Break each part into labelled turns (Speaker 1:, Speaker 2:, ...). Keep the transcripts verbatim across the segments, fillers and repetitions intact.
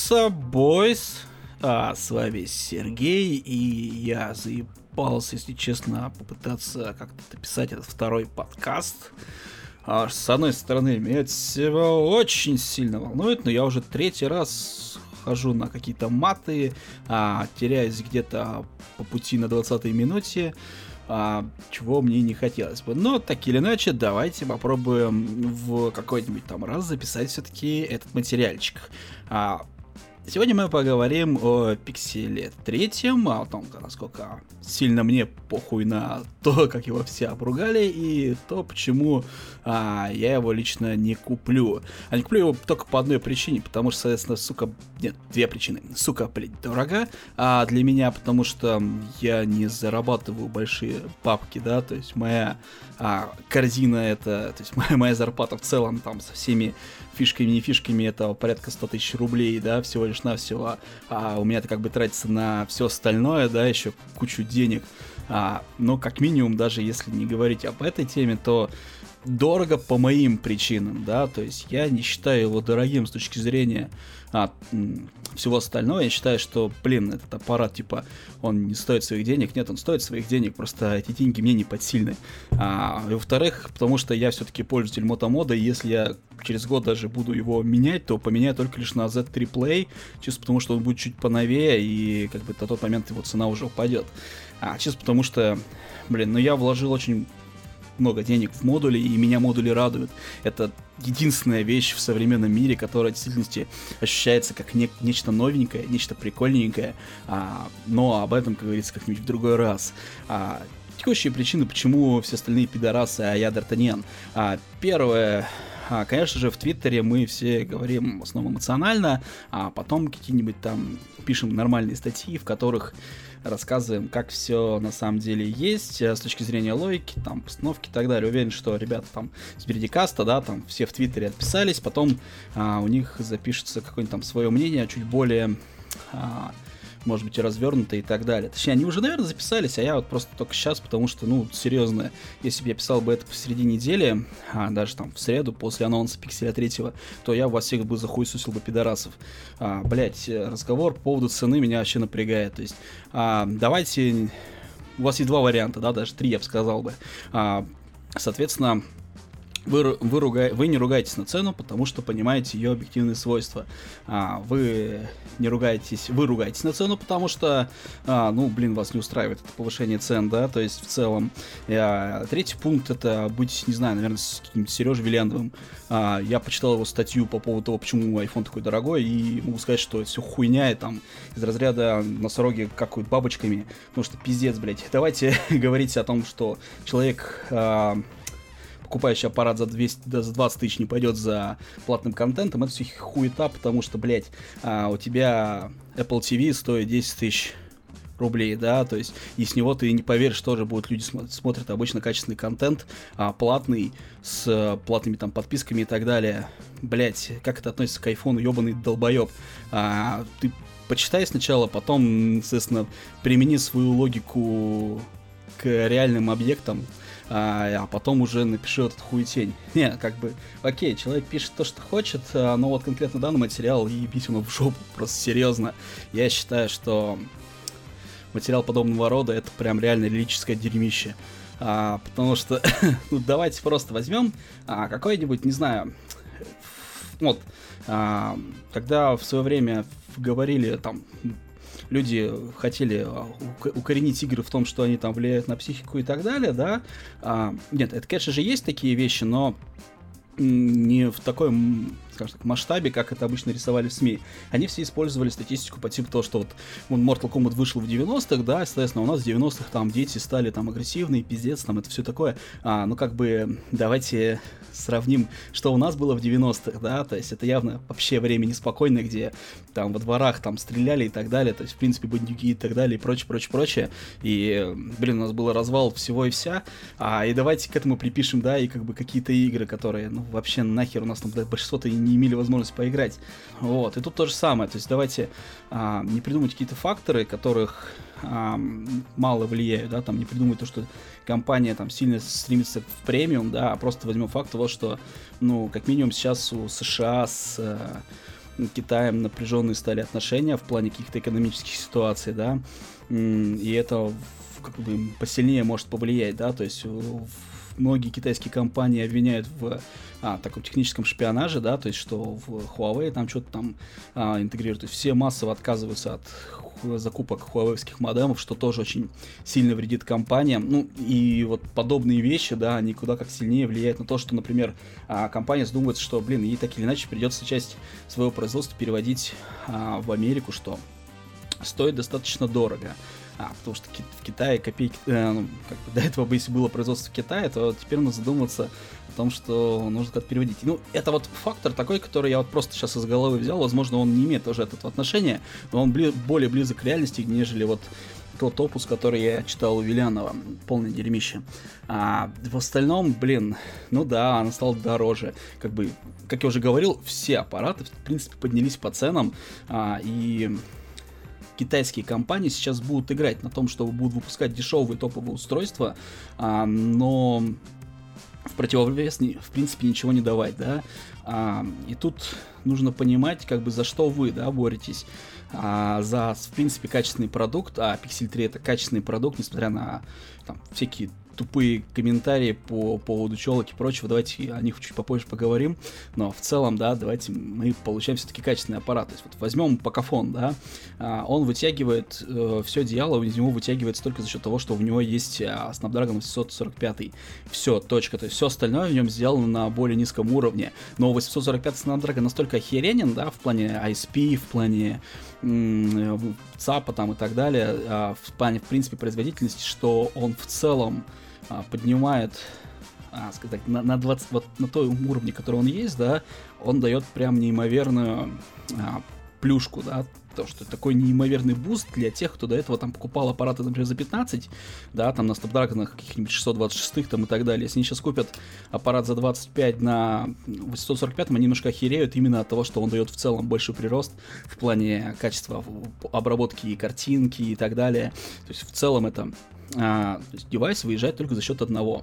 Speaker 1: What's up, boys? А, с вами Сергей, и я заебался, если честно, попытаться как-то дописать этот второй подкаст. А, с одной стороны, меня это всего очень сильно волнует, но я уже третий раз хожу на какие-то маты, а, теряюсь где-то по пути на двадцатой минуте. А, чего мне не хотелось бы. Но так или иначе, давайте попробуем в какой-нибудь там раз записать все-таки этот материальчик. А, сегодня мы поговорим о Пикселе третьем, о том, насколько сильно мне похуй на то, как его все обругали, и то, почему а, я его лично не куплю. А не куплю его только по одной причине, потому что, соответственно, сука... Нет, две причины. Сука, блядь, дорого а для меня, потому что я не зарабатываю большие бабки, да, то есть моя а, корзина это... То есть моя, моя зарплата в целом там со всеми фишками, не фишками, это порядка сто тысяч рублей, да, всего лишь навсего. А у меня это как бы тратится на все остальное, да, еще кучу денег. А, но как минимум, даже если не говорить об этой теме, то дорого по моим причинам, да, то есть я не считаю его дорогим с точки зрения а, всего остального. Я считаю, что, блин, этот аппарат, типа, он не стоит своих денег. Нет, он стоит своих денег, просто эти деньги мне не подсильны. А, и во-вторых, потому что я все-таки пользователь мотомода, и если я через год даже буду его менять, то поменяю только лишь на зет три Play, чисто потому что он будет чуть поновее, и как бы на тот момент его цена уже упадет. А, чисто потому что, блин, ну я вложил очень много денег в модули, и меня модули радуют. Это единственная вещь в современном мире, которая в действительности ощущается как не- нечто новенькое, нечто прикольненькое, а, но об этом, как говорится, как-нибудь в другой раз. А, текущие причины, почему все остальные пидорасы, а я Д'Артаньян. А, первое... А, конечно же, в Твиттере мы все говорим в основном эмоционально, а потом какие-нибудь там пишем нормальные статьи, в которых рассказываем, как все на самом деле есть с точки зрения логики, там, постановки и так далее. Уверен, что ребята там с Бердикаста, да, там все в Твиттере отписались, потом а, у них запишется какое-нибудь там свое мнение, чуть более... А, может быть, и развернуто и так далее. Точнее, они уже, наверное, записались, а я вот просто только сейчас, потому что, ну, серьезно, если бы я писал бы это посреди недели, а даже там в среду, после анонса Пикселя третьего, то я вас всех бы захуесусил бы пидорасов. А, блять, разговор по поводу цены меня вообще напрягает. То есть, а, давайте... У вас есть два варианта, да, даже три, я бы сказал бы. А, соответственно... Вы, вы, руга... вы не ругаетесь на цену, потому что понимаете ее объективные свойства. А, вы не ругаетесь, вы ругаетесь на цену, потому что, а, ну, блин, вас не устраивает это повышение цен, да, то есть в целом. А, третий пункт — это быть, не знаю, наверное, с каким-то Сережей Виляндовым. А, я почитал его статью по поводу того, почему iPhone такой дорогой, и могу сказать, что это все хуйня, и там из разряда носороги какают бабочками, потому что пиздец, блядь. Давайте говорить о том, что человек... А, покупающий аппарат за двести, да, за двадцать тысяч не пойдет за платным контентом, это все хуета, потому что, блядь, а, у тебя Apple ти ви стоит десять тысяч рублей, да, то есть, и с него ты не поверишь, тоже будут люди смотрят, смотрят обычно качественный контент, а, платный, с а, платными там подписками и так далее. Блядь, как это относится к айфону, ебаный долбоеб. А, ты почитай сначала, потом, естественно, примени свою логику к реальным объектам, А, а потом уже напиши этот хуетень. Не, как бы, окей, человек пишет то, что хочет, но вот конкретно данный материал, ебить ему в жопу, просто серьезно. Я считаю, что материал подобного рода — это прям реально лирическое дерьмище. А, потому что, ну, давайте просто возьмем а, какой-нибудь, не знаю, вот, а, когда в свое время говорили там... Люди хотели укоренить игры в том, что они там влияют на психику и так далее, да. А, нет, это, конечно же, есть такие вещи, но не в такой, скажем так, масштабе, как это обычно рисовали в СМИ. Они все использовали статистику по типу того, что вот Mortal Kombat вышел в девяностых, да, соответственно, у нас в девяностых там дети стали там агрессивные, пиздец, там это все такое. А, ну, как бы, давайте сравним, что у нас было в девяностых, да, то есть это явно вообще время неспокойное, где там во дворах там стреляли и так далее, то есть, в принципе, бандюки и так далее, и прочее, прочее, прочее. И, блин, у нас был развал всего и вся. А, и давайте к этому припишем, да, и как бы какие-то игры, которые, ну, вообще нахер у нас там большинство-то и не имели возможность поиграть. Вот, и тут то же самое, то есть давайте а, не придумать какие-то факторы, которых а, мало влияют, да, там не придумать то, что компания там сильно стремится в премиум, да, а просто возьмем факт того, что, ну, как минимум сейчас у США с... Китаем напряженные стали отношения в плане каких-то экономических ситуаций, да, и это как бы посильнее может повлиять, да, то есть многие китайские компании обвиняют в а, таком техническом шпионаже, да, то есть что в Huawei там что-то там а, интегрируют, то есть все массово отказываются от закупок хуавейских модемов, что тоже очень сильно вредит компаниям. Ну и вот подобные вещи, да, они куда как сильнее влияют на то, что, например, компания задумывается, что, блин, ей так или иначе придется часть своего производства переводить а, в Америку, что стоит достаточно дорого. А, потому что в Китае копейки, э, ну, как бы до этого бы, если было производство в Китае, то теперь нужно задумываться о том, что нужно как-то переводить. Ну, это вот фактор такой, который я вот просто сейчас из головы взял, возможно, он не имеет тоже этого отношения, но он бли- более близок к реальности, нежели вот тот опус, который я читал у Вилянова, полное дерьмище. А в остальном, блин, ну да, она стала дороже. Как бы, как я уже говорил, все аппараты, в принципе, поднялись по ценам, а, и китайские компании сейчас будут играть на том, что будут выпускать дешевые топовые устройства, а, но в противовес, в принципе, ничего не давать, да. А, и тут нужно понимать, как бы, за что вы, да, боретесь. А, за, в принципе, качественный продукт, а Pixel три это качественный продукт, несмотря на там всякие тупые комментарии по поводу челок и прочего, давайте о них чуть попозже поговорим, но в целом, да, давайте мы получаем все-таки качественный аппарат. То есть вот возьмем Pocophone, да, он вытягивает э, все одеяло, из него вытягивается только за счет того, что у него есть а, Snapdragon восемьсот сорок пять. Все, точка. То есть все остальное в нем сделано на более низком уровне. Но восемьсот сорок пять Snapdragon настолько охеренен, да, в плане ай эс пи, в плане м- ЦАПа там и так далее, а, в плане, в принципе, производительности, что он в целом а, поднимает, а, сказать, на, на двадцать, вот на том уровне, который он есть, да, он дает прям неимоверную а, плюшку, да, потому что такой неимоверный буст для тех, кто до этого там покупал аппараты, например, за пятнадцать, да, там на Snapdragon каких-нибудь шестьсот двадцать шесть там и так далее. Если они сейчас купят аппарат за двадцать пять на восемьсот сорок пять, они немножко охереют именно от того, что он дает в целом большой прирост в плане качества обработки картинки и так далее. То есть в целом это а, то есть девайс выезжает только за счет одного.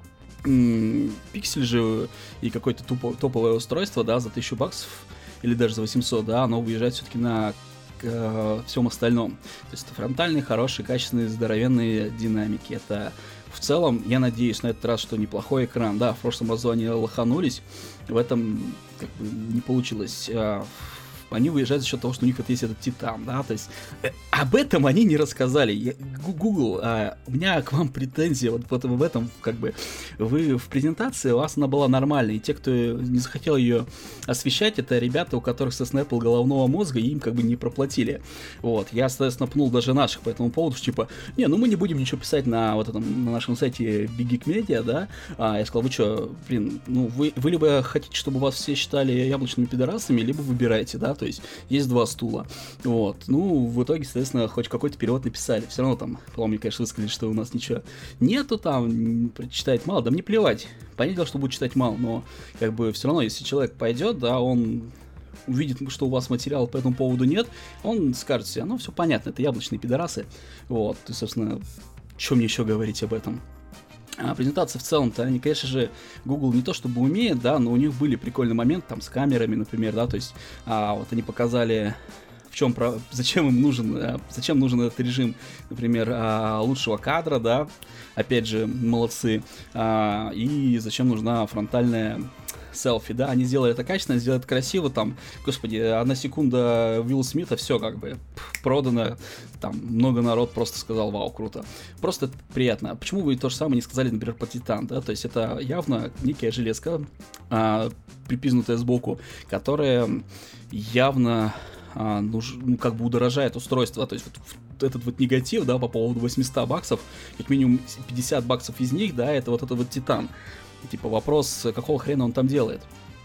Speaker 1: Пиксель же и какое-то тупо, топовое устройство, да, за тысячу баксов или даже за восемьсот, да, оно выезжает все-таки на э, всем остальном. То есть это фронтальные, хорошие, качественные, здоровенные динамики. Это в целом, я надеюсь на этот раз, что неплохой экран. Да, в прошлом разу они лоханулись, в этом как бы не получилось. А, они выезжают за счет того, что у них вот есть этот Титан, да, то есть э, об этом они не рассказали. Я, Google, э, у меня к вам претензия вот, вот в этом, как бы, вы в презентации, у вас она была нормальной, и те, кто не захотел ее освещать, это ребята, у которых, соответственно, Apple головного мозга, и им как бы не проплатили. Вот, я, соответственно, пнул даже наших по этому поводу, что, типа, не, ну мы не будем ничего писать на вот этом, на нашем сайте Big Geek Media, да, а я сказал, вы что, блин, ну вы, вы либо хотите, чтобы вас все считали яблочными пидорасами, либо выбирайте, да, то есть есть два стула. Вот. Ну, в итоге, соответственно, хоть какой-то перевод написали. Все равно там, по-моему, конечно, высказали, что у нас ничего нету там, читает мало. Да мне плевать. Понятное дело, что будет читать мало, но как бы все равно, если человек пойдет, да, он увидит, что у вас материала по этому поводу нет, он скажет себе, ну, все понятно, это яблочные пидорасы. Вот. И, собственно, что мне еще говорить об этом? А презентация в целом-то, они, конечно же, Google не то чтобы умеет, да, но у них были прикольные моменты там с камерами, например, да, то есть а, вот они показали, в чем, про, зачем им нужен, а, зачем нужен этот режим, например, а, лучшего кадра, да, опять же, молодцы, а, и зачем нужна фронтальная селфи, да, они сделали это качественно, сделали это красиво, там, господи, одна секунда Уилла Смита, все как бы продано, там, много народ просто сказал, вау, круто, просто приятно. Почему вы то же самое не сказали, например, про Титан, да, то есть это явно некая железка, а, припизнутая сбоку, которая явно а, нуж, ну, как бы удорожает устройство, да, то есть вот этот вот негатив, да, по поводу восемьсот баксов, как минимум пятьдесят баксов из них, да, это вот этот вот Титан. Типа вопрос, какого хрена он там делает.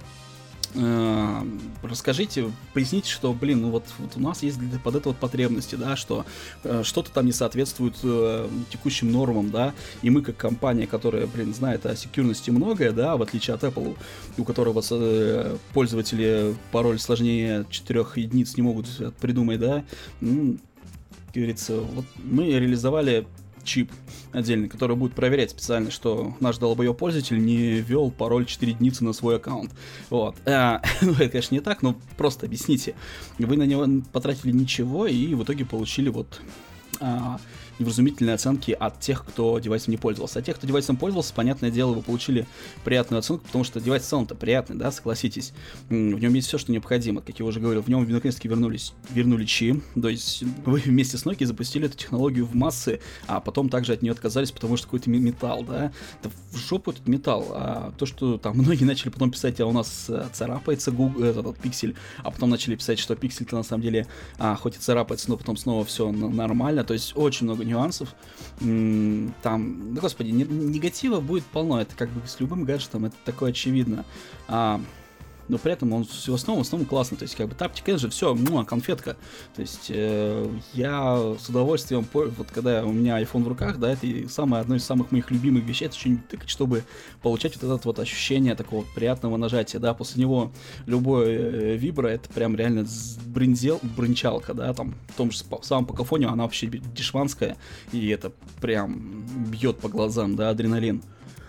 Speaker 1: Э-э- расскажите, поясните, что, блин, ну вот, вот у нас есть под это вот потребности, да, что э- что-то там не соответствует э- текущим нормам, да, и мы как компания, которая, блин, знает о секьюрности многое, да, в отличие от Apple, у которого э- пользователи пароль сложнее четырех единиц не могут придумать, да, ну, как говорится, вот мы реализовали чип отдельный, который будет проверять специально, что наш долбоёб пользователь не ввел пароль четыре единицы на свой аккаунт. Вот. А, ну, это, конечно, не так, но просто объясните. Вы на него потратили ничего и в итоге получили вот... А, невразумительные оценки от тех, кто девайсом не пользовался. А тех, кто девайсом пользовался, понятное дело, вы получили приятную оценку, потому что девайс в целом-то приятный, да, согласитесь. В нем есть все, что необходимо. Как я уже говорил, в нем наконец-таки вернулись, вернули чи. То есть вы вместе с Nokia запустили эту технологию в массы, а потом также от нее отказались, потому что какой-то металл, да. Да в жопу этот металл. А то, что там многие начали потом писать, а у нас царапается Google, этот, этот пиксель, а потом начали писать, что пиксель-то на самом деле а, хоть и царапается, но потом снова все нормально. То есть очень много нюансов. Там, да господи, негатива будет полно. Это как бы с любым гаджетом, это такое очевидно. А, но при этом он в основном, в основном классный. То есть, как бы Taptic Edge, все, ну, конфетка. То есть, э, я с удовольствием, вот когда у меня iPhone в руках, да, это самое, одно из самых моих любимых вещей, это что-нибудь тыкать, чтобы получать вот это вот ощущение такого приятного нажатия, да. После него любой э, вибро, это прям реально бринзел, брынчалка, да, там, в том же в самом покафоне она вообще дешманская, и это прям бьет по глазам, да, адреналин.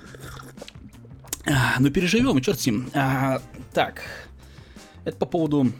Speaker 1: Ну, переживем, и черт с ним. А, так, это по поводу,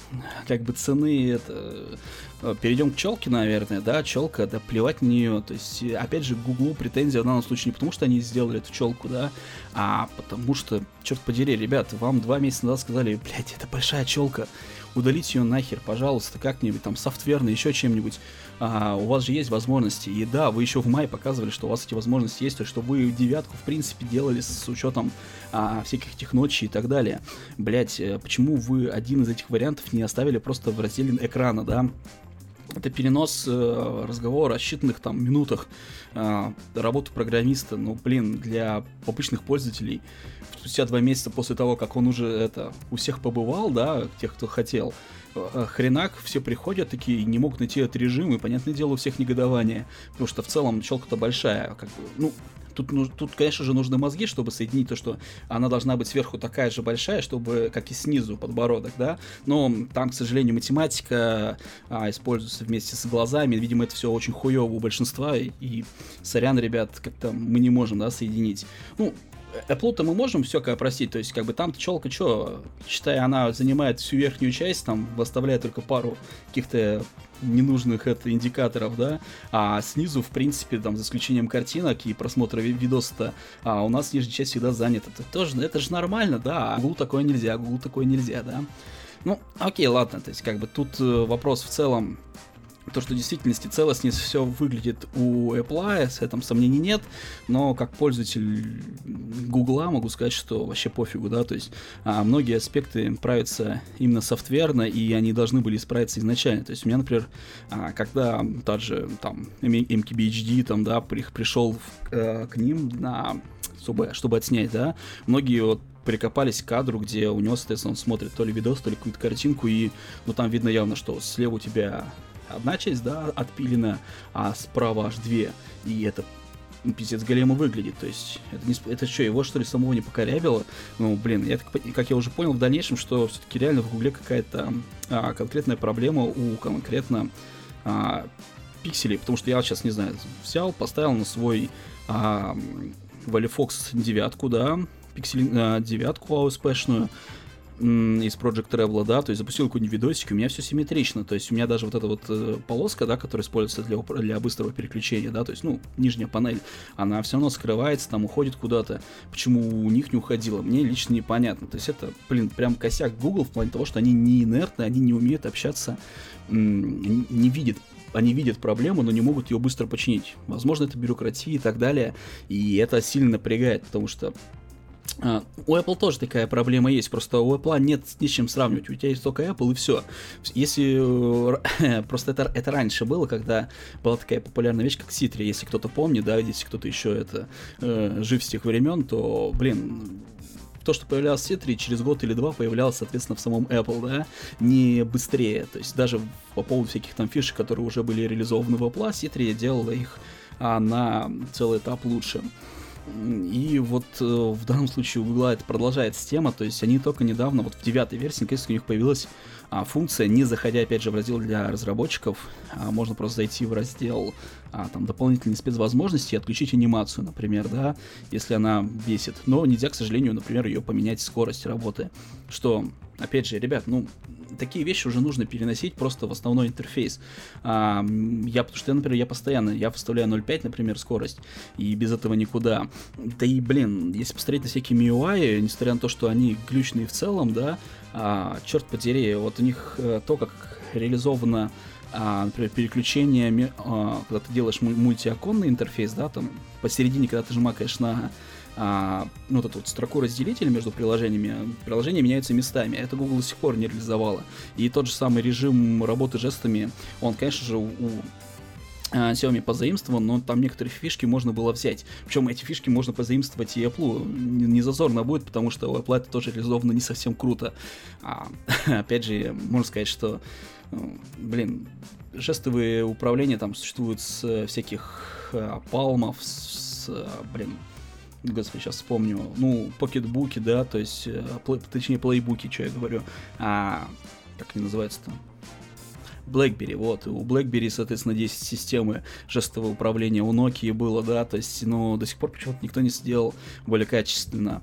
Speaker 1: как бы, цены, это... Перейдем к челке, наверное, да, челка, да, плевать на нее. То есть, опять же, Гуглу претензия в данном случае не потому, что они сделали эту челку, да, а потому что, черт подери, ребят, вам два месяца назад сказали, блядь, это большая челка, удалите ее нахер, пожалуйста, как-нибудь там софтверно, еще чем-нибудь. А, у вас же есть возможности. И да, вы еще в мае показывали, что у вас эти возможности есть, то есть, что вы девятку, в принципе, делали с учетом а, всяких этих ночей и так далее. Блять, почему вы один из этих вариантов не оставили просто в разделе экрана, да? Это перенос э, разговора о считанных там минутах э, работы программиста. Ну, блин, для обычных пользователей спустя два месяца после того, как он уже это у всех побывал, да, тех, кто хотел, э, хренак, все приходят такие, не могут найти этот режим, и, понятное дело, у всех негодование. Потому что в целом челка-то большая, как бы, ну... Тут, ну, тут, конечно же, нужны мозги, чтобы соединить то, что она должна быть сверху такая же большая, чтобы, как и снизу, подбородок, да, но там, к сожалению, математика а, используется вместе с глазами, видимо, это все очень хуёво у большинства, и, и сорян, ребят, как-то мы не можем, да, соединить. Ну, Apple-то мы можем все как простить, то есть, как бы, там челка, что, считай, она занимает всю верхнюю часть, там, выставляя только пару каких-то ненужных это индикаторов, да, а снизу, в принципе, там, за исключением картинок и просмотра ви- видоса-то, а у нас нижняя часть всегда занята. Это тоже, это же нормально, да, а Google такое нельзя, Google такое нельзя, да. Ну, окей, ладно, то есть, как бы, тут э, вопрос в целом, то, что в действительности целостнее все выглядит у Apple, с этим сомнений нет, но как пользователь Гугла могу сказать, что вообще пофигу, да, то есть а, многие аспекты правятся именно софтверно, и они должны были исправиться изначально. То есть у меня, например, а, когда тот же там эм кей би эйч ди там, да, при, пришел в, э, к ним на, чтобы, чтобы отснять, да, многие вот прикопались к кадру, где у него, соответственно, он смотрит то ли видос, то ли какую-то картинку, и ну там видно явно, что слева у тебя одна часть, да, отпилена, а справа аж две. И это ну, пиздец големо выглядит. То есть, это, не, это что, его что ли самого не покорябило? Ну, блин, я, как я уже понял в дальнейшем, что все-таки реально в Гугле какая-то а, конкретная проблема у конкретно а, пикселей. Потому что я вот сейчас, не знаю, взял, поставил на свой а, Valifox девятку, да, пиксель а, девятку эй о эс-пэшную, из Project Travel, да, то есть запустил какой-нибудь видосик, у меня все симметрично, то есть у меня даже вот эта вот э, полоска, да, которая используется для, для быстрого переключения, да, то есть, ну, нижняя панель, она все равно скрывается, там уходит куда-то. Почему у них не уходила, мне лично непонятно. То есть это, блин, прям косяк Google в плане того, что они не инертны, они не умеют общаться, м- не видят они видят проблему, но не могут ее быстро починить. Возможно, это бюрократия и так далее, и это сильно напрягает, потому что Uh, у Apple тоже такая проблема есть, просто у Apple нет ни с чем сравнивать, у тебя есть только Apple и все. Если просто это, это раньше было, когда была такая популярная вещь, как Citrix, если кто-то помнит, да, если кто-то еще это э, жив с тех времен, то, блин, то, что появлялось в Citrix, через год или два появлялось, соответственно, в самом Apple, да, не быстрее, то есть даже по поводу всяких там фишек, которые уже были реализованы в Apple, Citrix делала их а, на целый этап лучше. И вот э, в данном случае у Google это продолжается тема, то есть они только недавно, вот в девятой версии, наконец-то у них появилась а, функция, не заходя, опять же, в раздел для разработчиков, а, можно просто зайти в раздел а, там, дополнительные спецвозможности и отключить анимацию, например, да, если она бесит. Но нельзя, к сожалению, например, ее поменять скорость работы, что, опять же, ребят, ну, такие вещи уже нужно переносить просто в основной интерфейс. А, я, потому что, я, например, я постоянно, я вставляю ноль целых пять, например, скорость, и без этого никуда. Да и, блин, если посмотреть на всякие эм ю ай, несмотря на то, что они глючные в целом, да, а, черт подери, вот у них а, то, как реализовано, а, например, переключение, а, когда ты делаешь мультиоконный интерфейс, да, там посередине, когда ты жмакаешь на а, ну, вот эту вот строку разделителя между приложениями, приложения меняются местами. Это Google до сих пор не реализовало. И тот же самый режим работы жестами, он, конечно же, у, у а, Xiaomi позаимствован, но там некоторые фишки можно было взять. Причем эти фишки можно позаимствовать и Apple. Не, не зазорно будет, потому что у Apple это тоже реализовано не совсем круто. А, опять же, можно сказать, что, блин, жестовые управления там существуют с всяких а, палмов, с, а, блин, господи, сейчас вспомню, ну, покетбуки, да, то есть, плей, точнее, плейбуки, что я говорю, а, как они называются-то? BlackBerry, вот, у BlackBerry, соответственно, десять системы жестового управления, у Nokia было, да, то есть, ну, до сих пор почему-то никто не сделал более качественно,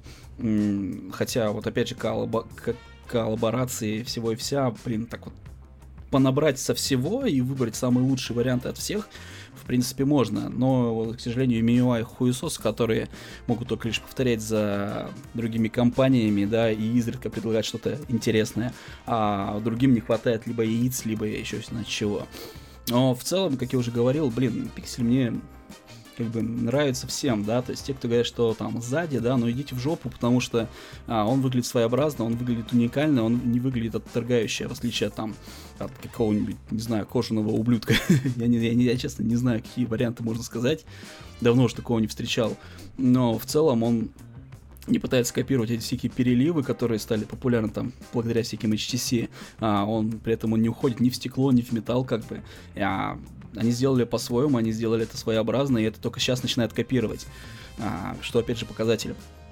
Speaker 1: хотя, вот, опять же, коллаба- коллаборации всего и вся, блин, так вот, понабрать со всего и выбрать самые лучшие варианты от всех, в принципе, можно, но, к сожалению, эм ю ай хуесосы, которые могут только лишь повторять за другими компаниями, да, и изредка предлагать что-то интересное, а другим не хватает либо яиц, либо еще знать чего. Но в целом, как я уже говорил, блин, Pixel мне как бы нравится всем, да, то есть те, кто говорят, что там сзади, да, но идите в жопу, потому что а, он выглядит своеобразно, он выглядит уникально, он не выглядит отторгающе, в отличие там от какого-нибудь, не знаю, кожаного ублюдка. я, не, я, не, я, честно, не знаю, какие варианты можно сказать, давно уже такого не встречал, но в целом он не пытается копировать эти всякие переливы, которые стали популярны там благодаря всяким эйч ти си, а, он при этом он не уходит ни в стекло, ни в металл, как бы, а, они сделали по-своему, они сделали это своеобразно, и это только сейчас начинает копировать, а, что опять же показатель.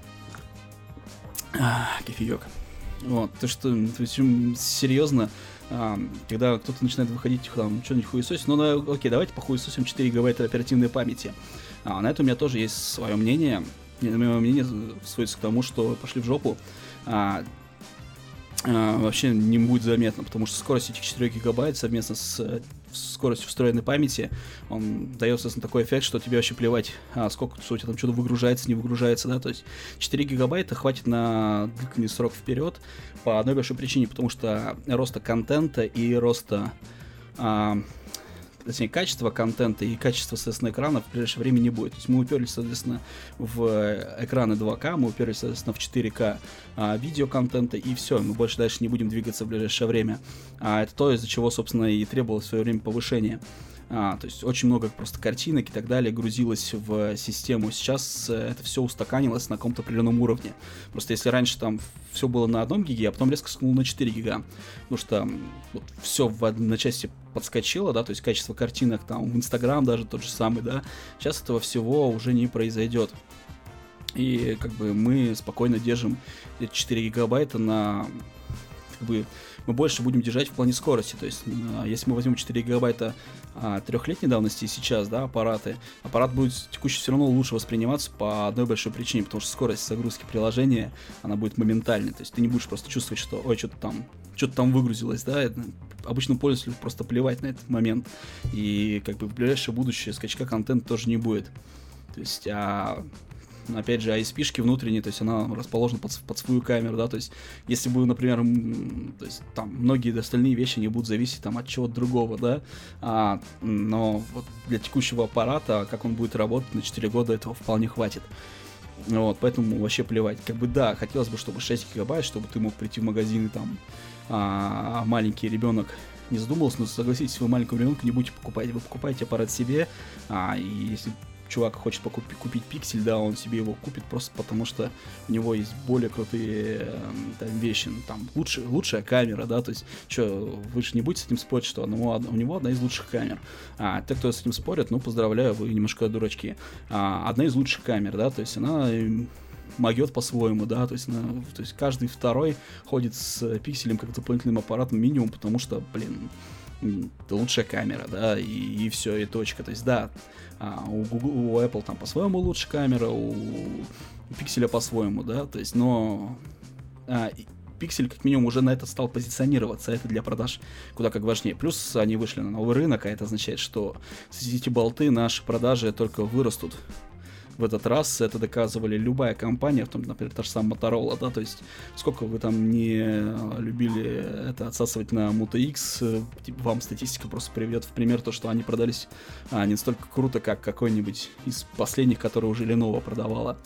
Speaker 1: А, кофеек. Вот, то что, то есть, серьезно, а, когда кто-то начинает выходить, там, что-нибудь хуесосить, ну, ну, окей, давайте похуесосим четыре гигабайта оперативной памяти. А, на это у меня тоже есть свое мнение. Мое мнение сводится к тому, что пошли в жопу, а, а, вообще не будет заметно, потому что скорость этих четыре гигабайт совместно с скоростью встроенной памяти, он дает, соответственно, такой эффект, что тебе вообще плевать, а, сколько что у тебя там что-то выгружается, не выгружается, да, то есть четыре гигабайта хватит на длительный срок вперед по одной большой причине, потому что роста контента и роста а, точнее, качество контента и качество, соответственно, экранов в ближайшее время не будет. То есть мы уперлись, соответственно, в экраны два ка, мы уперлись, соответственно, в четыре ка а, видеоконтента, и все, мы больше дальше не будем двигаться в ближайшее время. А это то, из-за чего, собственно, и требовалось в свое время повышение. А, то есть очень много просто картинок и так далее грузилось в систему. Сейчас это все устаканилось на каком-то определенном уровне. Просто если раньше там все было на одном гиге, а потом резко скакнуло на четыре гига, потому что вот, все в одночасье подскочило, да, то есть качество картинок там в Инстаграм даже тот же самый, да, сейчас этого всего уже не произойдет. И как бы мы спокойно держим эти четыре гигабайта на, как бы, мы больше будем держать в плане скорости. То есть, если мы возьмем четыре гигабайта а, трехлетней давности и сейчас, да, аппараты, аппарат будет текущий все равно лучше восприниматься по одной большой причине, потому что скорость загрузки приложения, она будет моментальной. То есть ты не будешь просто чувствовать, что, ой, что-то там, что-то там выгрузилось, да, это, обычному пользователю просто плевать на этот момент. И как бы в ближайшее будущее скачка контента тоже не будет. То есть, а... опять же, ай эс пи-шки внутренние, то есть она расположена под, под свою камеру, да, то есть если бы, например, то есть там многие остальные вещи не будут зависеть там от чего-то другого, да, а, но вот для текущего аппарата, как он будет работать на четыре года, этого вполне хватит. Вот, поэтому вообще плевать. Как бы да, хотелось бы, чтобы шесть гигабайт, чтобы ты мог прийти в магазин и там а, маленький ребенок не задумался, но согласитесь, вы маленькому ребенку не будете покупать, вы покупаете аппарат себе, а, и если чувак хочет покупить, купить пиксель, да, он себе его купит просто потому, что у него есть более крутые э, там, вещи, ну, там, лучше, лучшая камера, да, то есть, что, вы же не будете с этим спорить, что у него, у него одна из лучших камер, а те, кто с этим спорят, ну, поздравляю, вы немножко дурачки, а, одна из лучших камер, да, то есть, она могет по-своему, да, то есть, на, то есть каждый второй ходит с пикселем как дополнительным аппаратом минимум, потому что, блин, лучшая камера, да, и, и все, и точка. То есть, да, а, у Google, у Apple там по-своему лучше камера, у пикселя по-своему, да, то есть, но а, пиксель как минимум уже на это стал позиционироваться, это для продаж куда как важнее. Плюс они вышли на новый рынок, а это означает, что с эти болты наши продажи только вырастут. В этот раз это доказывали любая компания, в том, например, та же самая Motorola, да, то есть сколько вы там не любили это отсасывать на Moto X, вам статистика просто приведет в пример то, что они продались а, не настолько круто, как какой-нибудь из последних, который уже Lenovo продавала.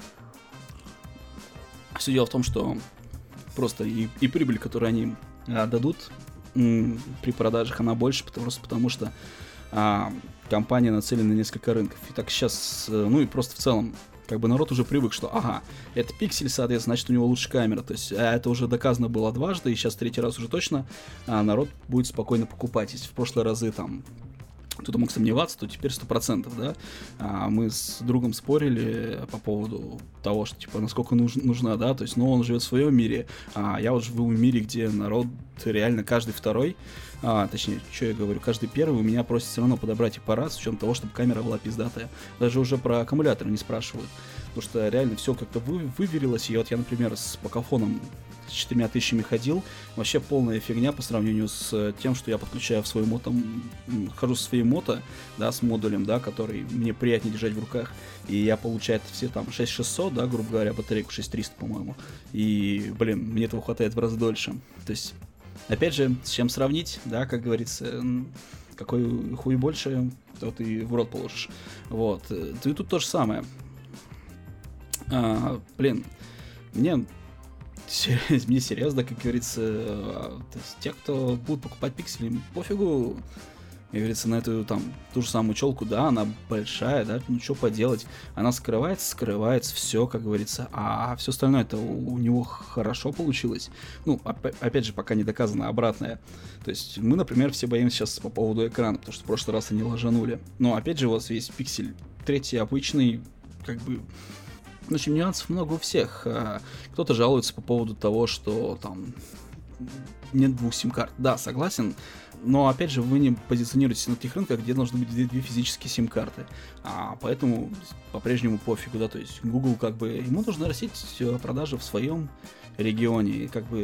Speaker 1: Все дело в том, что просто и, и прибыль, которую они а, дадут м, при продажах, она больше, просто потому что а, компания нацелена на несколько рынков. И так сейчас, ну и просто в целом, как бы народ уже привык, что ага, это пиксель, соответственно, значит у него лучше камера. То есть а это уже доказано было дважды, и сейчас третий раз уже точно а, народ будет спокойно покупать. Если в прошлые разы там кто-то мог сомневаться, то теперь сто процентов, да. А, мы с другом спорили по поводу того, что, типа, насколько нуж, нужна, да, то есть, ну, он живет в своем мире, а я вот живу в мире, где народ реально каждый второй, а, точнее, что я говорю, каждый первый у меня просит все равно подобрать аппарат с учетом того, чтобы камера была пиздатая. Даже уже про аккумулятор не спрашивают, потому что реально все как-то вы, выверилось, и вот я, например, с Покафоном с четырьмя тысячами ходил, вообще полная фигня по сравнению с тем, что я подключаю в свой мото, хожу в своей мото, да, с модулем, да, который мне приятнее держать в руках, и я получаю все там шесть тысяч шестьсот, да, грубо говоря, батарейку шесть тысяч триста, по-моему, и, блин, мне этого хватает в раз дольше, то есть, опять же, с чем сравнить, да, как говорится, какой хуй больше, то ты в рот положишь, вот, и тут то же самое, а, блин, мне Мне серьезно, как говорится, то есть те, кто будут покупать пиксели, им пофигу, как говорится, на эту там ту же самую челку, да, она большая, да, ну что поделать, она скрывается, скрывается, все, как говорится, а все остальное это у, у него хорошо получилось, ну, оп- опять же, пока не доказано обратное, то есть мы, например, все боимся сейчас по поводу экрана, потому что в прошлый раз они ложанули, но опять же, у вас есть пиксель третий обычный, как бы, в общем, нюансов много у всех. Кто-то жалуется по поводу того, что там нет двух сим-карт. Да, согласен, но опять же вы не позиционируетесь на тех рынках, где должны быть две, две физические сим-карты. А поэтому по-прежнему пофигу, да, то есть Google как бы, ему нужно растить продажи в своем регионе, и как бы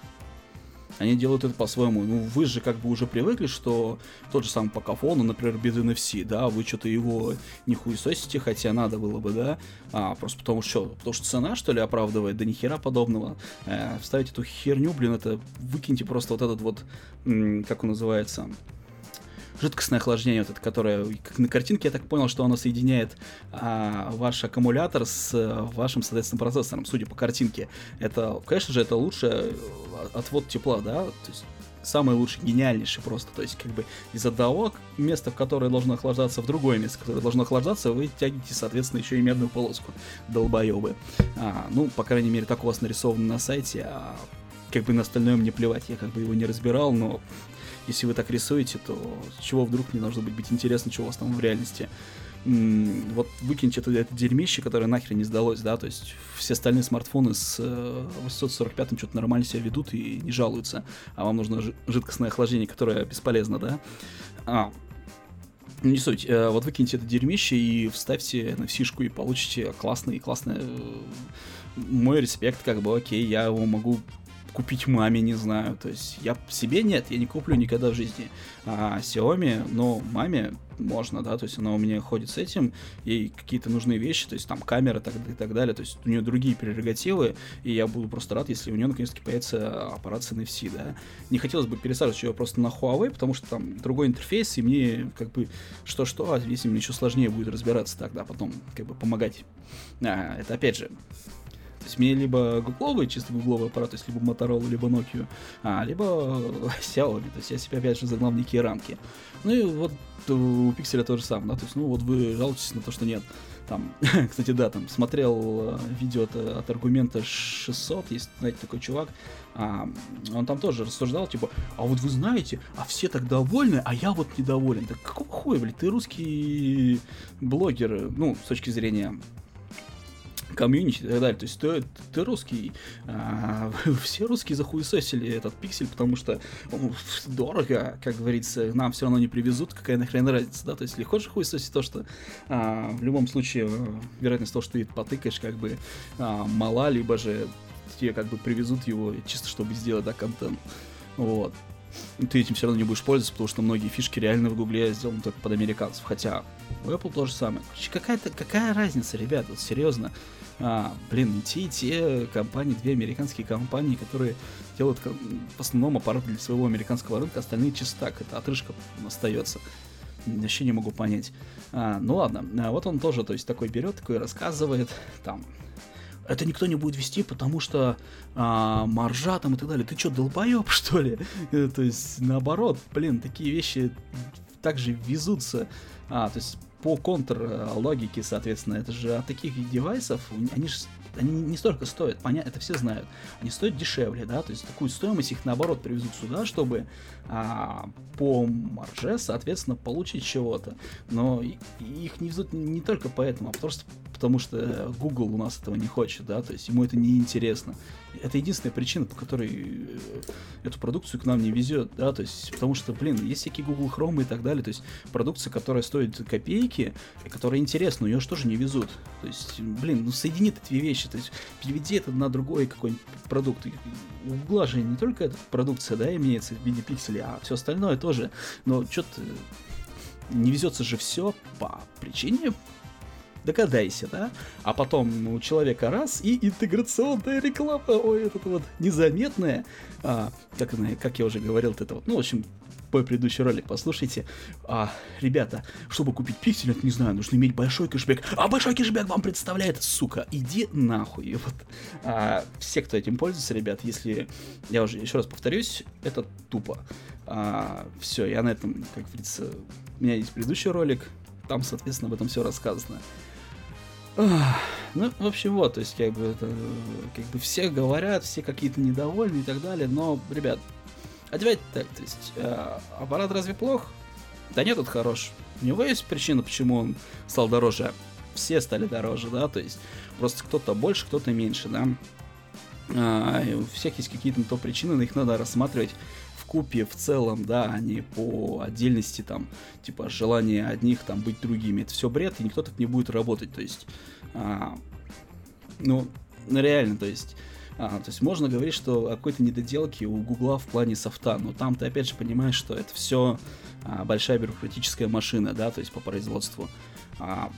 Speaker 1: они делают это по-своему. Ну, вы же как бы уже привыкли, что тот же самый Покафон, например, без эн эф си, да, вы что-то его не хуесосите, хотя надо было бы, да, а, просто потому что, потому что цена, что ли, оправдывает, да ни хера подобного. Э, вставить эту херню, блин, это выкиньте просто вот этот вот, м- как он называется, жидкостное охлаждение, вот это, которое, как на картинке, я так понял, что оно соединяет а, ваш аккумулятор с а, вашим, соответственно, процессором, судя по картинке. Это, конечно же, это лучше отвод тепла, да, то есть самый лучший, гениальнейший просто, то есть как бы из одного места, в которое должно охлаждаться, в другое место, которое должно охлаждаться, вы тянете, соответственно, еще и медную полоску, долбоебы. А, ну, по крайней мере, так у вас нарисовано на сайте, а как бы на остальное мне плевать, я как бы его не разбирал, но если вы так рисуете, то чего вдруг мне должно быть, быть интересно, что у вас там в реальности. М-м, вот выкиньте это, это дерьмище, которое нахрен не сдалось, да, то есть все остальные смартфоны с восемьсот сорок пятым что-то нормально себя ведут и не жалуются, а вам нужно жидкостное охлаждение, которое бесполезно, да. А, не суть, э, вот выкиньте это дерьмище и вставьте эн эф си-шку и получите классный, классный, э, мой респект, как бы, окей, я его могу купить маме, не знаю, то есть я себе нет, я не куплю никогда в жизни, а Xiaomi, но маме можно, да, то есть она у меня ходит с этим, ей какие-то нужные вещи, то есть там камера так, и так далее, то есть у нее другие прерогативы, и я буду просто рад, если у нее наконец-таки появится аппарат с эн эф си, да. Не хотелось бы пересаживать ее просто на Huawei, потому что там другой интерфейс, и мне как бы что-что, а если мне еще сложнее будет разбираться тогда, потом как бы помогать. А, это опять же, то есть мне либо гугловый, чисто гугловый аппарат, то есть либо Motorola, либо Nokia, а, либо Xiaomi, то есть я себя опять же загнал в некие рамки. Ну и вот у Pixel то же самое, да, то есть, ну вот вы жалуетесь на то, что нет. Там, кстати, да, там смотрел видео от, от аргумента шестьсот, есть, знаете, такой чувак, а, он там тоже рассуждал, типа, а вот вы знаете, а все так довольны, а я вот недоволен. Так какого хуя, блядь, ты русский блогер, ну, с точки зрения комьюнити и так далее. То есть ты, ты русский, а, все русские захуесосили этот пиксель, потому что ну, дорого, как говорится, нам все равно не привезут, какая нахрен разница, да, то есть легко же хуесосить то, что а, в любом случае вероятность того, что ты потыкаешь, как бы а, мала, либо же тебе как бы привезут его чисто, чтобы сделать, да, контент, вот. Ты этим все равно не будешь пользоваться, потому что многие фишки реально в Гугле сделаны только под американцев, хотя у Apple то же самое. Какая-то, какая разница, ребята, вот серьезно. А, блин, те, те компании, две американские компании, которые делают в основном аппараты для своего американского рынка, остальные чисто так, это отрыжка остается. Вообще не могу понять. А, ну ладно, а вот он тоже, то есть такой берет, такой рассказывает, там, это никто не будет вести, потому что а, маржа там и так далее. Ты что, долбоеб, что ли? То есть, наоборот, блин, такие вещи также везутся. А, то есть, по контр-логике, соответственно, это же от таких девайсов, они же они не столько стоят, понятно, это все знают. Они стоят дешевле, да, то есть такую стоимость их наоборот привезут сюда, чтобы а, по марже, соответственно, получить чего-то. Но и, их не везут не только поэтому, а просто потому что Google у нас этого не хочет, да, то есть ему это не интересно. Это единственная причина, по которой эту продукцию к нам не везет, да, то есть потому что, блин, есть всякие Google Chrome и так далее, то есть продукция, которая стоит копейки, и которая интересна, ее же тоже не везут. То есть, блин, ну соедини эти две вещи, то есть переведи это на другой какой-нибудь продукт. У Гугла же не только эта продукция, да, имеется в виде пикселей, а все остальное тоже. Но что-то не везется же все по причине, догадайся, да? А потом у человека раз, и интеграционная реклама, ой, это вот незаметная, а, как, как я уже говорил, это вот, ну, в общем, мой предыдущий ролик послушайте. А, ребята, чтобы купить пиксель, это не знаю, нужно иметь большой кэшбэк. А большой кэшбэк вам представляет, сука, иди нахуй. И вот а, все, кто этим пользуется, ребят, если, я уже еще раз повторюсь, это тупо. А, все, я на этом, как говорится, у меня есть предыдущий ролик, там, соответственно, об этом все рассказано. Ну, в общем, вот, то есть, как бы, это, как бы все говорят, все какие-то недовольны и так далее, но, ребят, а давайте так, то есть, э, аппарат разве плох? Да нет, он хорош. У него есть причина, почему он стал дороже. Все стали дороже, да, то есть, просто кто-то больше, кто-то меньше, да. А, у всех есть какие-то то причины, но их надо рассматривать вкупе в целом, да, а не по отдельности, там, типа, желание одних, там, быть другими. Это все бред, и никто так не будет работать, то есть, а, ну, реально, то есть, а, то есть можно говорить, что о какой-то недоделке у Гугла в плане софта, но там ты опять же понимаешь, что это все а, большая бюрократическая машина, да, то есть по производству. А,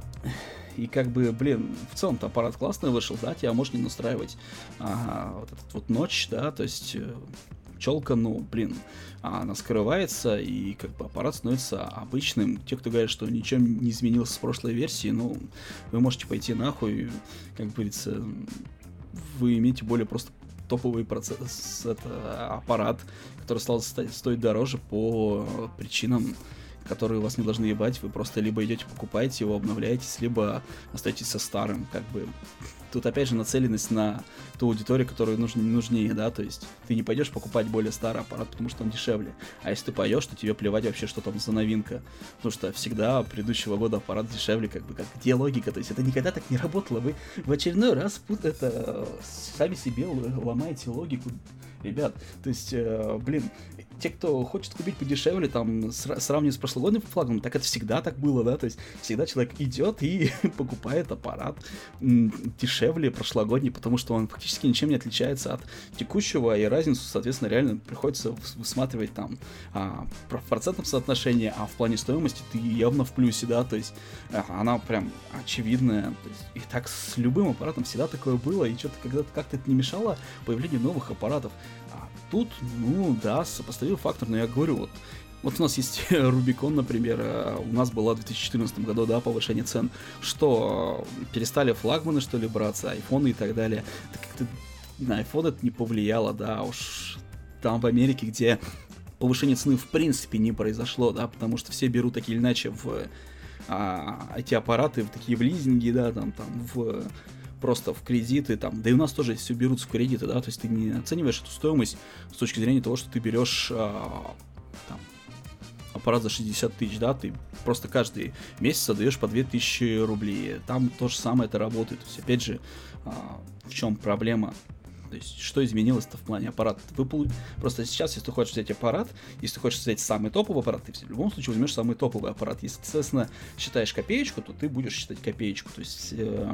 Speaker 1: и как бы, блин, в целом-то аппарат классный вышел, да, тебя может не настраивать а, вот этот вот ночь, да, то есть пчелка, ну, блин, она скрывается, и как бы аппарат становится обычным. Те, кто говорят, что ничем не изменилось с прошлой версии, ну, вы можете пойти нахуй, как говорится, вы имеете более просто топовый процесс, это аппарат, который стал стоить дороже по причинам, которые вас не должны ебать. Вы просто либо идете покупаете его, обновляетесь, либо остаетесь со старым, как бы. Тут опять же нацеленность на ту аудиторию, которая нужнее, нужнее, да, то есть ты не пойдешь покупать более старый аппарат, потому что он дешевле, а если ты пойдешь, то тебе плевать вообще, что там за новинка, потому что всегда предыдущего года аппарат дешевле, как бы, как, где логика, то есть это никогда так не работало, вы в очередной раз это сами себе ломаете логику, ребят, то есть, э, блин, те, кто хочет купить подешевле, там, сра- сравнивать с прошлогодним флагом, так это всегда так было, да, то есть всегда человек идет и покупает аппарат м- дешевле прошлогодний, потому что он фактически ничем не отличается от текущего, и разницу, соответственно, реально приходится высматривать там а, в процентном соотношении, а в плане стоимости ты явно в плюсе, да, то есть а, она прям очевидная, то есть, и так с любым аппаратом всегда такое было, и что-то когда-то как-то это не мешало появлению новых аппаратов. А тут, ну да, сопоставил фактор, но я говорю, вот Вот у нас есть Rubicon, например, у нас было в две тысячи четырнадцатом году, да, повышение цен, что перестали флагманы, что ли, браться, айфоны и так далее. Так как-то на iPhone это не повлияло, да, уж там в Америке, где повышение цены в принципе не произошло, да, потому что все берут так или иначе в а, эти аппараты, в такие в лизинги, да, там, там, в просто в кредиты, там, да и у нас тоже все берутся в кредиты, да, то есть ты не оцениваешь эту стоимость с точки зрения того, что ты берешь а, там, аппарат за шестьдесят тысяч, да, ты просто каждый месяц отдаешь по две тысячи рублей. Там то же самое это работает. То есть, опять же, а, в чем проблема? То есть, что изменилось-то в плане аппарата? Вы полу... Просто сейчас, если ты хочешь взять аппарат, если ты хочешь взять самый топовый аппарат, ты в любом случае возьмешь самый топовый аппарат. Если ты, соответственно, считаешь копеечку, то ты будешь считать копеечку. То есть... Э...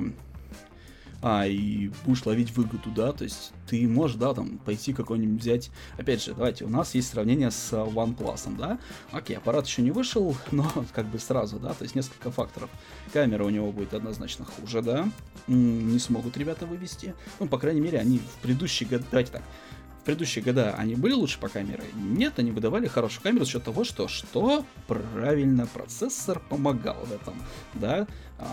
Speaker 1: А, и будешь ловить выгоду, да, то есть ты можешь, да, там, пойти какой-нибудь взять, опять же, давайте, у нас есть сравнение с OnePlus, да, окей, аппарат еще не вышел, но как бы сразу, да, то есть несколько факторов. Камера у него будет однозначно хуже, да, не смогут ребята вывести, ну, по крайней мере, они в предыдущие годы, давайте так, в предыдущие года они были лучше по камере? Нет, они выдавали хорошую камеру за счет того, что, что правильно, процессор помогал в этом, да,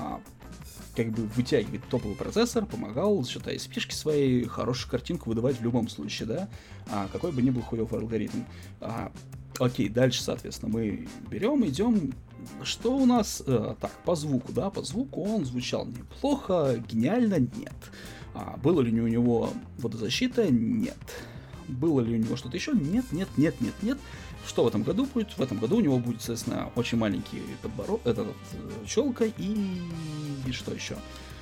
Speaker 1: как бы вытягивать топовый процессор, помогал за счет ай эс пи-шки своей хорошую картинку выдавать в любом случае, да, а, какой бы ни был хуёвый алгоритм. А, окей, дальше, соответственно, мы берем, идем, что у нас, а, так, по звуку, да, по звуку он звучал неплохо, гениально, нет. А, было ли у него водозащита? Нет. Было ли у него что-то еще? Нет, нет, нет, нет, нет. Что в этом году будет? В этом году у него будет, соответственно, очень маленький подбород, этот, этот челка и... и что еще?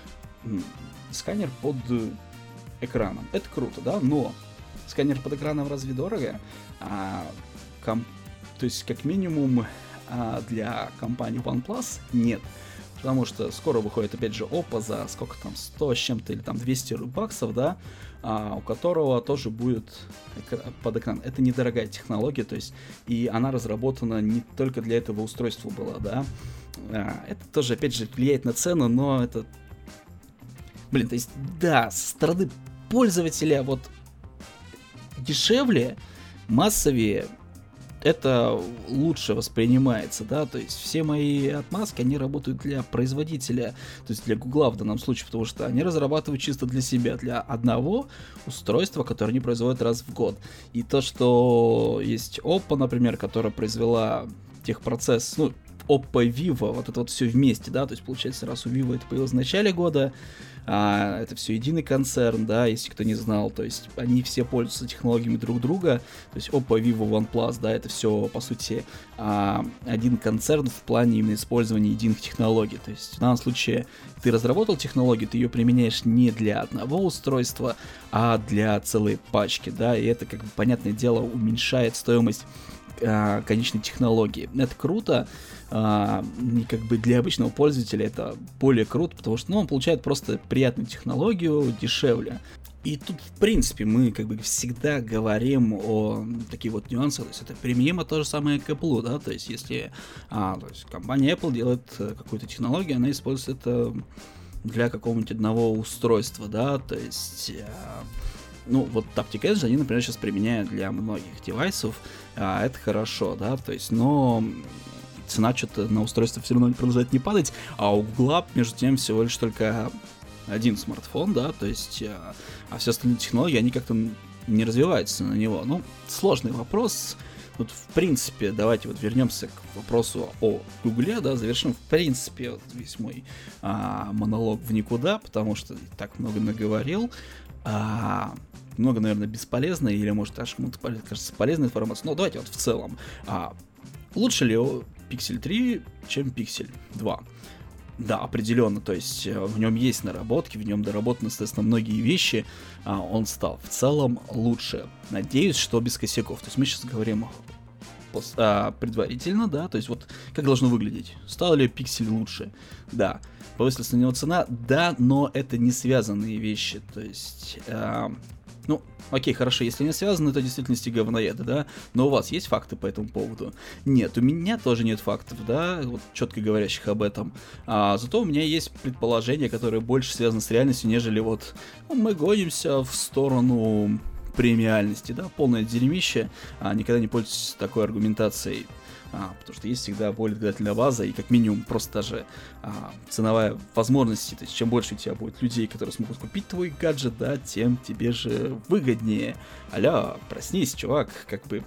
Speaker 1: Сканер под экраном. Это круто, да? Но сканер под экраном разве дорого? А, ком... То есть, как минимум, а, для компании OnePlus нет. Потому что скоро выходит, опять же, Oppo за сколько там, сто с чем-то или там двести баксов, да, а, у которого тоже будет экра- под экран. Это недорогая технология, то есть, и она разработана не только для этого устройства была, да. А, это тоже, опять же, влияет на цену, но это... Блин, то есть, да, со стороны пользователя вот дешевле, массовее, это лучше воспринимается, да, то есть все мои отмазки, они работают для производителя, то есть для Гугла в данном случае, потому что они разрабатывают чисто для себя, для одного устройства, которое они производят раз в год. И то, что есть Oppo, например, которая произвела техпроцесс, ну, Oppo, Vivo, вот это вот все вместе, да, то есть получается, раз у Vivo это появилось в начале года, а, это все единый концерн, да, если кто не знал, то есть они все пользуются технологиями друг друга, то есть Oppo, Vivo, OnePlus, да, это все, по сути, а, один концерн в плане именно использования единых технологий, то есть в данном случае ты разработал технологию, ты ее применяешь не для одного устройства, а для целой пачки, да, и это, как бы, понятное дело, уменьшает стоимость а, конечной технологии. Это круто, а, и как бы для обычного пользователя это более круто, потому что, ну, он получает просто приятную технологию дешевле. И тут, в принципе, мы как бы всегда говорим о таких вот нюансах, то есть это применимо то же самое к Apple, да, то есть если а, то есть компания Apple делает какую-то технологию, она использует это для какого-нибудь одного устройства, да, то есть... А, ну, вот Taptic Edge они, например, сейчас применяют для многих девайсов, а, это хорошо, да, то есть, но цена что-то на устройство все равно продолжает не падать, а у Google, между тем, всего лишь только один смартфон, да, то есть, а, а все остальные технологии, они как-то не развиваются на него. Ну, сложный вопрос. Вот, в принципе, давайте вот вернемся к вопросу о Гугле, да, завершим, в принципе, вот весь мой а, монолог в никуда, потому что так много наговорил. А, много, наверное, бесполезной, или, может, даже кому-то кажется полезной информации. Но давайте вот в целом. А, лучше ли Pixel три, чем Pixel два? Да, определенно, то есть в нем есть наработки, в нем доработаны, соответственно, многие вещи, а, он стал в целом лучше. Надеюсь, что без косяков. То есть мы сейчас говорим пос- а, предварительно, да, то есть вот как должно выглядеть. Стал ли Pixel лучше? Да. Повысилась на него цена? Да, но это не связанные вещи, то есть... А, ну, окей, хорошо, если не связаны, то действительно говноеды, да, но у вас есть факты по этому поводу? Нет, у меня тоже нет фактов, да, вот четко говорящих об этом, а, зато у меня есть предположения, которые больше связаны с реальностью, нежели вот ну, мы гонимся в сторону премиальности, да, полное дерьмище, а, никогда не пользуйтесь такой аргументацией. А, потому что есть всегда более двигательная база и как минимум просто даже а, ценовая возможность, то есть чем больше у тебя будет людей, которые смогут купить твой гаджет, да, тем тебе же выгоднее. Аля, проснись, чувак, как бы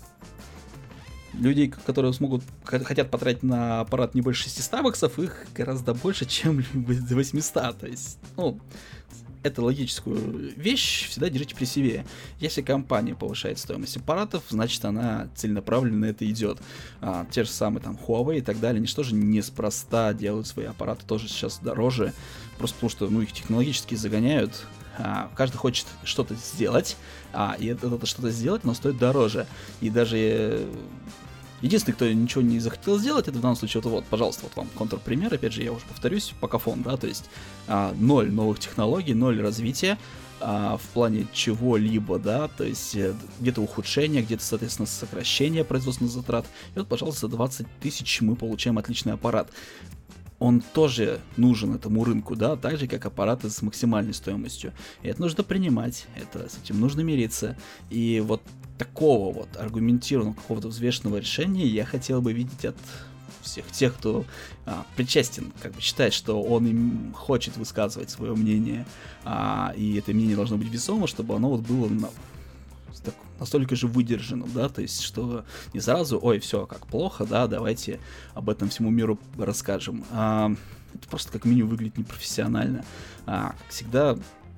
Speaker 1: людей, которые смогут, хотят потратить на аппарат не больше шестисот баксов, их гораздо больше, чем восемьсот, то есть, ну, эту логическую вещь всегда держите при себе. Если компания повышает стоимость аппаратов, значит она целенаправленно на это идет. А, те же самые там Huawei и так далее, они же тоже неспроста делают свои аппараты тоже сейчас дороже, просто потому что ну, их технологически загоняют. А, каждый хочет что-то сделать, а, и это, это что-то сделать, но стоит дороже. И даже единственный, кто ничего не захотел сделать, это в данном случае, вот, вот пожалуйста, вот вам контрпример, опять же, я уже повторюсь, Pocophone, да, то есть а, ноль новых технологий, ноль развития а, в плане чего-либо, да, то есть где-то ухудшение, где-то, соответственно, сокращение производственных затрат, и вот, пожалуйста, за двадцать тысяч мы получаем отличный аппарат. Он тоже нужен этому рынку, да, так же, как аппараты с максимальной стоимостью. И это нужно принимать, это, с этим нужно мириться. И вот такого вот аргументированного, какого-то взвешенного решения я хотел бы видеть от всех тех, кто а, причастен, как бы считает, что он им хочет высказывать свое мнение, а, и это мнение должно быть весомо, чтобы оно вот было на, так, настолько же выдержанным, да, то есть, что не сразу, ой, все, как плохо, да, давайте об этом всему миру расскажем. А, это просто как минимум выглядит непрофессионально. А, как всегда,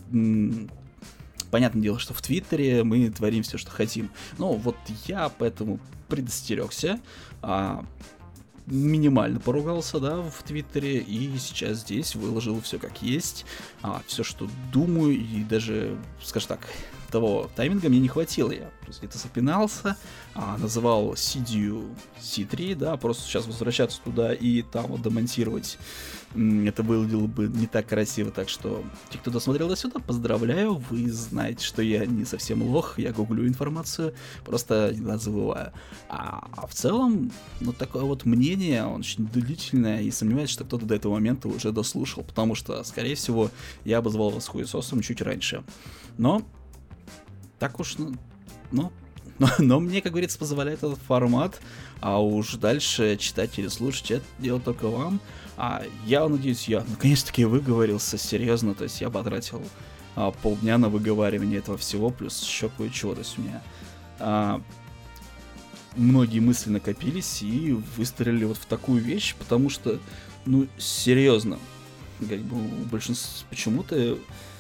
Speaker 1: м- понятное дело, что в Твиттере мы творим все, что хотим. Но вот я поэтому предостерегся, а, минимально поругался, да, в Твиттере, и сейчас здесь выложил все как есть, а, все, что думаю, и даже, скажем так, того тайминга мне не хватило, я просто где-то запинался, а, называл Сидию си три, да, просто сейчас возвращаться туда и там вот демонтировать, м, это выглядело бы не так красиво, так что те, кто досмотрел до сюда, поздравляю, вы знаете, что я не совсем лох, я гуглю информацию, просто иногда забываю. А, а в целом, ну, такое вот мнение, он очень длительное, и сомневаюсь, что кто-то до этого момента уже дослушал, потому что, скорее всего, я обозвал вас хуесосом чуть раньше. Но так уж, ну, ну но, но мне, как говорится, позволяет этот формат, а уж дальше читать или слушать, это дело только вам. А я надеюсь, я наконец-таки выговорился серьезно, то есть я потратил а, полдня на выговаривание этого всего, плюс еще кое-чего, то есть у меня а, многие мысли накопились и выстрелили вот в такую вещь, потому что, ну, серьезно, как бы у большинства почему-то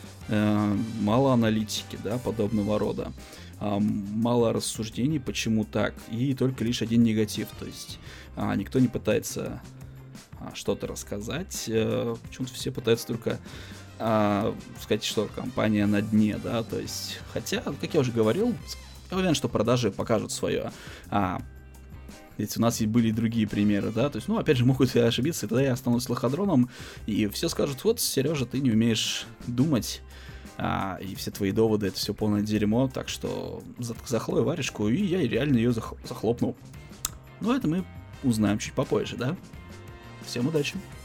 Speaker 1: мало аналитики, да, подобного рода, мало рассуждений, почему так, и только лишь один негатив, то есть а, никто не пытается а, что-то рассказать, а, почему-то все пытаются только а, сказать, что компания на дне, да, то есть, хотя, как я уже говорил, я уверен, что продажи покажут свое, а, ведь у нас и были и другие примеры, да, то есть, ну, опять же, могут и ошибиться, и тогда я останусь лоходроном, и все скажут, вот, Сережа, ты не умеешь думать, а, и все твои доводы, это все полное дерьмо, так что захлой варежку, и я реально ее зах- захлопнул. Но это мы узнаем чуть попозже, да? Всем удачи!